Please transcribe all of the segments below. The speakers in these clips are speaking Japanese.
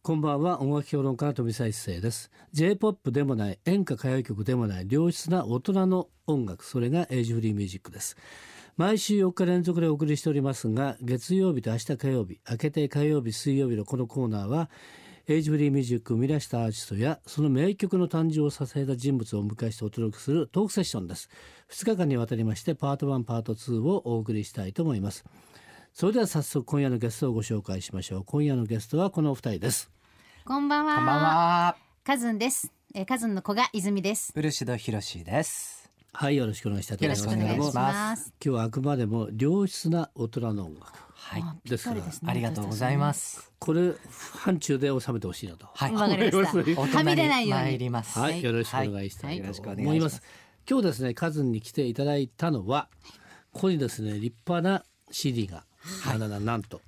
こんばんは。音楽評論家の富澤一世です。 J-POP でもない、演歌歌謡曲でもない、良質な大人の音楽、それがエイジフリーミュージックです。毎週4日連続でお送りしておりますが、月曜日と明日火曜日、明けて火曜日水曜日のこのコーナーはエイジフリーミュージックを生み出したアーティストやその名曲の誕生を支えた人物をお迎えしてお届けするトークセッションです。2日間にわたりましてパート1パート2をお送りしたいと思います。それでは早速今夜のゲストをご紹介しましょう。今夜のゲストはこのお二人です。 こんばんは。 こんばんは。 カズンです。カズンの古賀泉です。 ブルシドヒロシです。 はい、よろしくお願いしたいと思いますけれども、 よろしくお願いします。 今日はあくまでも良質な大人の音楽、 はい、 ですから、 ありがとうございます。 これ範疇で収めてほしいなと、 はい、 わかりました。はみ出ないように参ります。 はい、よろしくお願いしたいと思います。今日ですね、カズンに来ていただいたのは、ここにですね、立派な CD が、なんと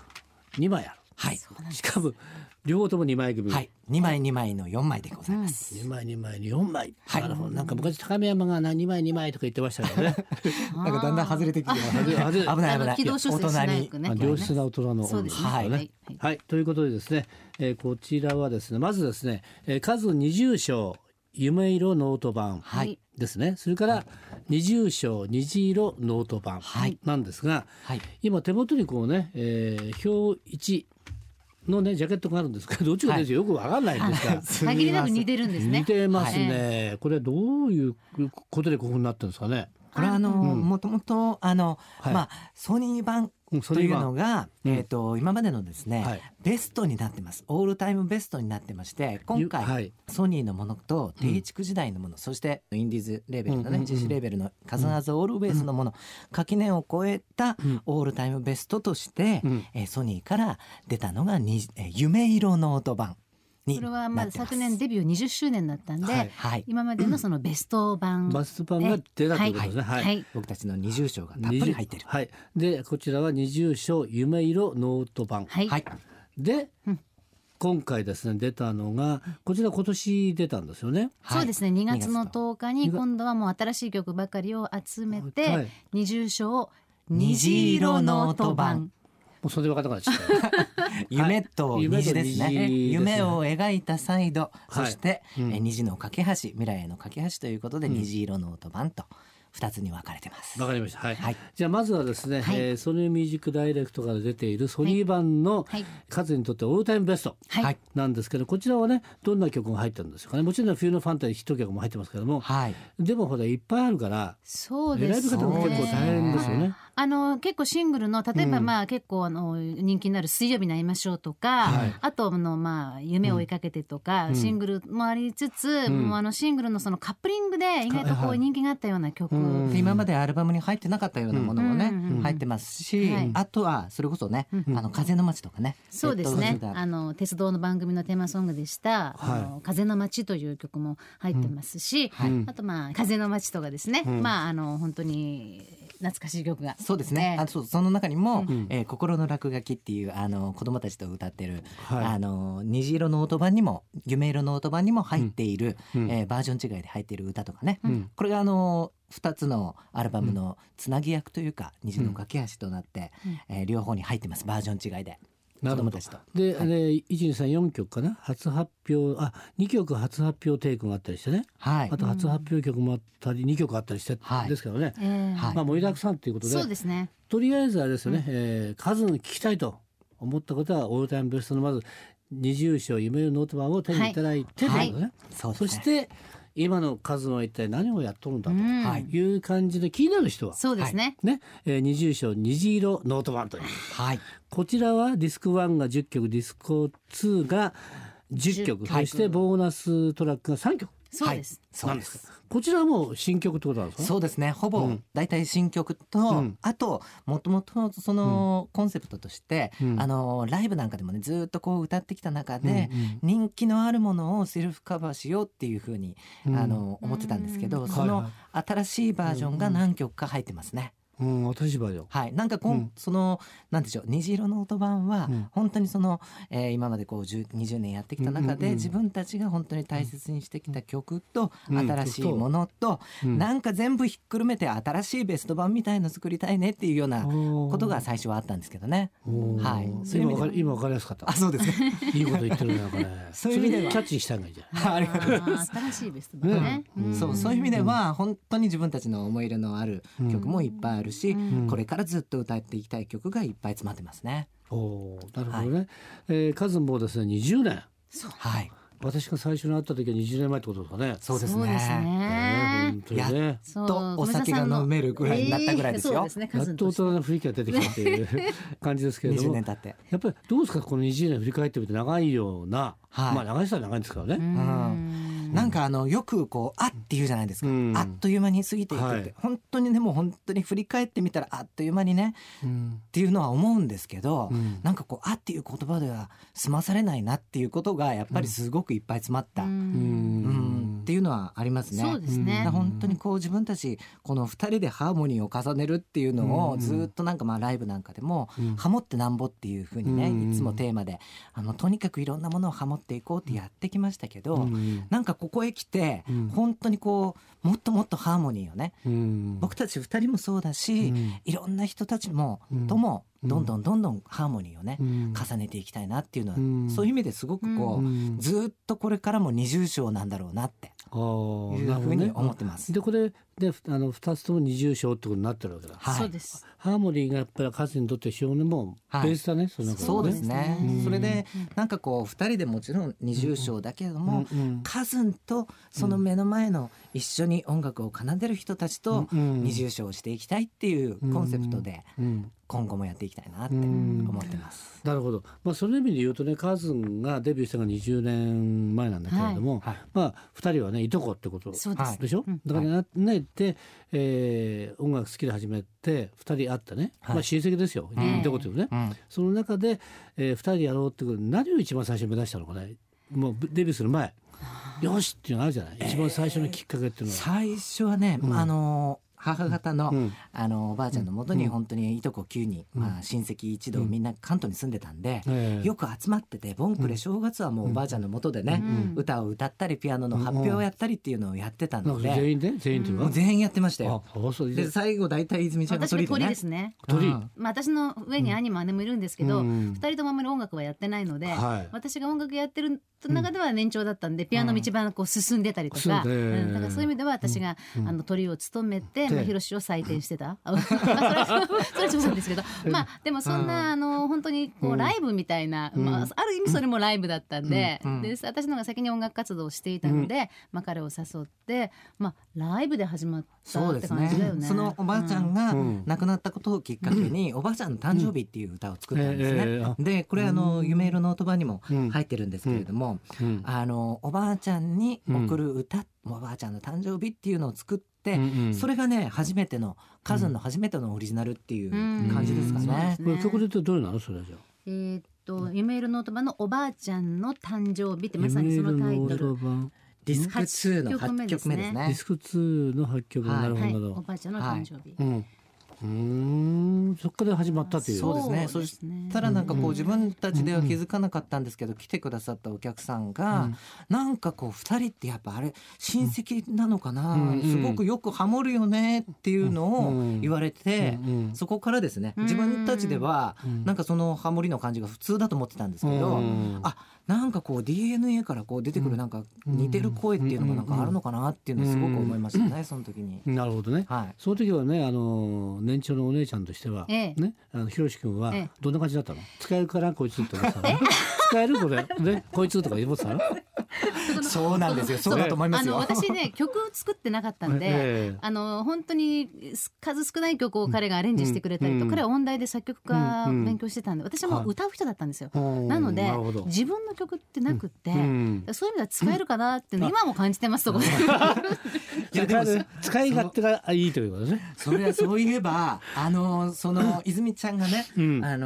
2枚ある。 はい、 しかも両方とも2枚組、 はい、2枚2枚の4枚でございます。 2枚2枚に4枚、 はい、 なるほど。なんか昔高見山が2枚2枚とか言ってましたけどねなんかだんだん外れてきて危ない危ない。 軌道修正しないとね。 良質な大人の音楽ですね。はい、ということでですね、こちらはですね、まずですね、数20章夢色ノート版ですね、それから20章虹色ノート版なんですが、今手元にこうね、表1のねジャケットがあるんですけど、どっちがですよくわかんないんですが、 限りなく似てるんですね。 似てますね。これはどういうことでこういうふうになってるんですかね。 これはもともとソニー版というのが、今までのですね、ベストになってます。オールタイムベストになってまして、今回、ソニーのものと低築時代のもの、そしてインディーズレーベルのね、自主レーベルのカズンアズオールベースのもの、垣根を越えたオールタイムベストとして、ソニーから出たのが夢色ノート版。 これはまだ昨年デビュー20周年だったんで、今までのそのベスト版が出たということですね。 僕たちの20章がたっぷり入ってる。 でこちらは20章夢色ノート版、で、今回ですね出たのがこちら今年出たんですよね。 そうですね、2月の10日に今度はもう新しい曲ばかりを集めて、20章虹色ノート版、 もうそれで分かったから夢と虹ですね。夢を描いたサイド、そして、虹の架け橋、未来への架け橋ということで、虹色ノート版と2つに分かれてます。 わかりました。じゃあまずはですね、ソニーミュージックダイレクトから出ているソニー版の数にとってオールタイムベストなんですけど、こちらはねどんな曲が入ってるんですかね。もちろん冬のファンタジーヒット曲も入ってますけども、でもほらいっぱいあるから、 そうですね、 選び方も結構大変ですよね。 結構シングルの例えば結構人気になる水曜日に会いましょうとか、あと夢を追いかけてとか、シングルもありつつ、シングルのそのカップリングで意外とこう人気があったような曲、 今までアルバムに入ってなかったようなものもね、入ってますし、あとはそれこそね、風の街とかね、 そうですね、鉄道の番組のテーマソングでした風の街という曲も入ってますし、あと風の街とかですね、本当に懐かしい曲が、 そうですね、その中にも、心の落書きっていう子供たちと歌ってる、虹色のオート版にも夢色のオート版にも入っている、バージョン違いで入っている歌とかね、これが2つのアルバムのつなぎ役というか、虹の架け橋となって、両方に入ってます。バージョン違いで子供たちと。 で、1,2,3,4曲かな、初発表2曲初発表テイクがあったりしてね、あと初発表曲もあったり2曲あったりして、ですけどね、盛りだくさんということで、 そうですね、 とりあえずあれですよね、数に聞きたいと思ったことはオールタイムベストのまず20章夢のノート版を手にいただいて、そして今の数は一体何をやっとるんだという感じで気になる人は、 そうですね、 20章虹色ノート版という、こちらはディスク1が10曲、ディスコ2が10曲、そしてボーナストラックが3曲。 そうです、 そうです。こちらはもう新曲ってことなんですか。 そうですね、ほぼだいたい新曲と、あともともとそのコンセプトとして、ライブなんかでもねずっとこう歌ってきた中で、人気のあるものをセルフカバーしようっていうふうに思ってたんですけど、その新しいバージョンが何曲か入ってますね。 新しいバージョン。 はい、なんかそのなんでしょう、虹色のオトバンは本当にその、今までこう20年やってきた中で、自分たちが本当に大切にしてきた曲と新しいものと、なんか全部ひっくるめて新しいベスト版みたいの作りたいねっていうようなことが最初はあったんですけどね。はい、そういう意味では今分かりやすかった。 そうですね。 いいこと言ってるなこれ。 そういう意味ではキャッチしたんがいいじゃん。 ありがとうございます。 新しいベスト版ね。 そういう意味では本当に自分たちの思い入れのある曲もいっぱいあるし、これからずっと歌っていきたい曲がいっぱい詰まってますね。 なるほどね。カズンもですね20年。 はい。 私が最初に会った時は20年前ってことですかね。 そうですね。 本当にね。 やっとお酒が飲めるぐらいになったぐらいですよ。 そうですね。 やっと大人の雰囲気が出てきたっていう感じですけれども。 20年経って。 やっぱりどうですかこの20年振り返ってみて長いような、まあ長い人は長いんですからね。 なんかよくこうあって言うじゃないですか、あっという間に過ぎていくって、本当にでも本当に振り返ってみたらあっという間にね、っていうのは思うんですけど、なんかこうあっていう言葉では済まされないなっていうことがやっぱりすごくいっぱい詰まった、っていうのはありますね。 そうですね。 本当にこう自分たちこの2人でハーモニーを重ねるっていうのをずっとなんかライブなんかでも、ハモってなんぼっていうふうにね、いつもテーマでとにかくいろんなものをハモっていこうってやってきましたけど、なんかここへ来て本当にこうもっともっとハーモニーをね、僕たち2人もそうだし、いろんな人たちもともどんどんハーモニーをね、重ねていきたいなっていうのは、そういう意味ですごくこう、ずっとこれからも20章なんだろうなっていうふうに思ってます。 でこれで2つとも20章ってことになってるわけだ。 そうです。 ハーモニーがやっぱりカズにとって非常にもうベースだね。 そうですね。それでなんかこう2人でもちろん20章だけれども、カズンとその目の前の一緒に音楽を奏でる人たちと20章をしていきたいっていうコンセプトで今後もやっていきたいなって思ってます。 なるほど。そういう意味で言うとね、カズンがデビューしたのが20年前なんだけれども、2人はねいとこってことでしょ。だからねで、音楽好きで始めて2人会ってね、親戚ですよ、いとこっていうね、その中で、2人でやろうってことで何を一番最初に目指したのかね。もうデビューする前よしっていうのがあるじゃない。一番最初のきっかけっていうのは最初はね、母方の、おばあちゃんのもとに本当にいとこ9人、親戚一同みんな関東に住んでたんで、よく集まっててボンクレ正月はもうおばあちゃんのもとでね、歌を歌ったりピアノの発表をやったりっていうのをやってたので、 全員っていうのは全員やってましたよ。で最後大体泉ちゃんが鳥ですね。私の上に兄も姉もいるんですけど、2人ともあんまり音楽はやってないので、私が音楽やってる中では年長だったんで、ピアノも一番こう進んでたりとか、だからそういう意味では私が鳥を務めてヒロシを採点してた。それはそうなんですけど、でもそんな本当にこうライブみたいな、ある意味それもライブだったんで、私の方が先に音楽活動をしていたので、彼を誘ってライブで始まったって感じだよね。 そのおばあちゃんが亡くなったことをきっかけに、おばあちゃんの誕生日っていう歌を作ったんですね。でこれ夢色の音版にも入ってるんですけれども、おばあちゃんに送る歌、おばあちゃんの誕生日っていうのを作って、それがね初めてのカズンの初めてのオリジナルっていう感じですかね。 これ曲で言うとどうなのそれじゃあ。夢色の音版のおばあちゃんの誕生日ってまさにそのタイトル。 ディスク2の8曲目ですね。 ディスク2の8曲、なるほど。 おばあちゃんの誕生日。 そっから始まったという。 そうですね。そしたらなんかこう自分たちでは気づかなかったんですけど、来てくださったお客さんがなんかこう2人ってやっぱあれ親戚なのかな、すごくよくハモるよねっていうのを言われて、そこからですね、自分たちではなんかそのハモリの感じが普通だと思ってたんですけど、なんかこう DNA からこう出てくるなんか似てる声っていうのがなんかあるのかなっていうのをすごく思いましたね、その時に。 なるほどね。その時はね、年長のお姉ちゃんとしてはね、ひろし君はどんな感じだったの？使えるかなこいつって思ってたの？使えるこれねこいつとか言ってたの？ そうなんですよ。そうだと思いますよ。 私ね曲を作ってなかったんで、本当に数少ない曲を彼がアレンジしてくれたりと、彼は音大で作曲家勉強してたんで、私はもう歌う人だったんですよ。なので自分の曲ってなくって、そういう意味では使えるかなって今も感じてます。そこでいやでも使い勝手がいいということね。 それはそういえばその泉ちゃんがね、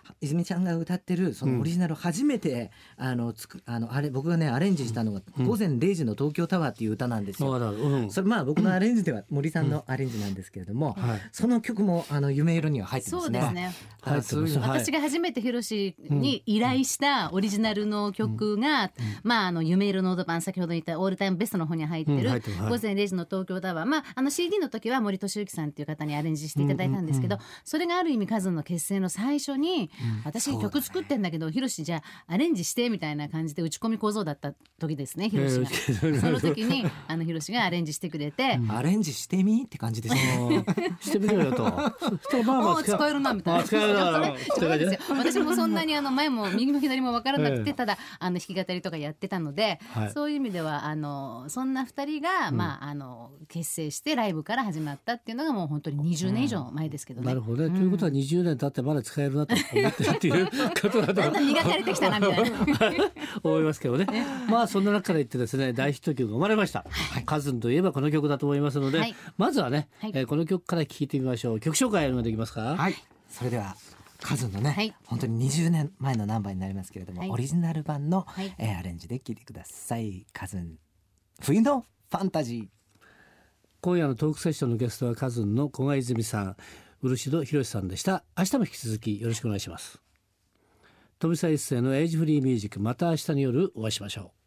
泉ちゃんが歌ってるそのオリジナル初めて、あれ僕がねアレンジしたのが午前0時の東京タワーっていう歌なんですよ。それ僕のアレンジでは森さんのアレンジなんですけれども、その曲も夢色には入ってますね。 そうですね。私が初めてヒロシに依頼したオリジナルの曲が、夢色のオード版、先ほど言ったオールタイムベストの方に入ってる午前0時の東京タワー、CD の時は森俊之さんっていう方にアレンジしていただいたんですけど、それがある意味カズンの結成の最初に、私曲作ってんだけどヒロシじゃあアレンジしてみたいな感じで打ち込み小僧だった時ですね、ヒロシが。その時にヒロシがアレンジしてくれて、 アレンジしてみって感じですね。 してみようよと。 使えるなみたいな。そうですよ。私もそんなに前も右も左も分からなくて、ただ弾き語りとかやってたので、そういう意味ではそんな2人が、結成してライブから始まったっていうのがもう本当に20年以上前ですけどね。 なるほどね。ということは20年経ってまだ使えるなと思ってるっていうことだとだんだん磨かれてきたなみたいな思いますけどね。そんな中から言ってですね、大ヒット曲が生まれました。カズンといえばこの曲だと思いますので、まずはね、この曲から聴いてみましょう。曲紹介ができますか？ はい、それではカズンのね、本当に20年前のナンバーになりますけれども、オリジナル版の、アレンジで聴いてください。カズン冬のファンタジー。 今夜のトークセッションのゲストはカズンの古賀泉さん、漆戸博さんでした。明日も引き続きよろしくお願いします。富澤一世のエイジフリーミュージック、また明日の夜お会いしましょう。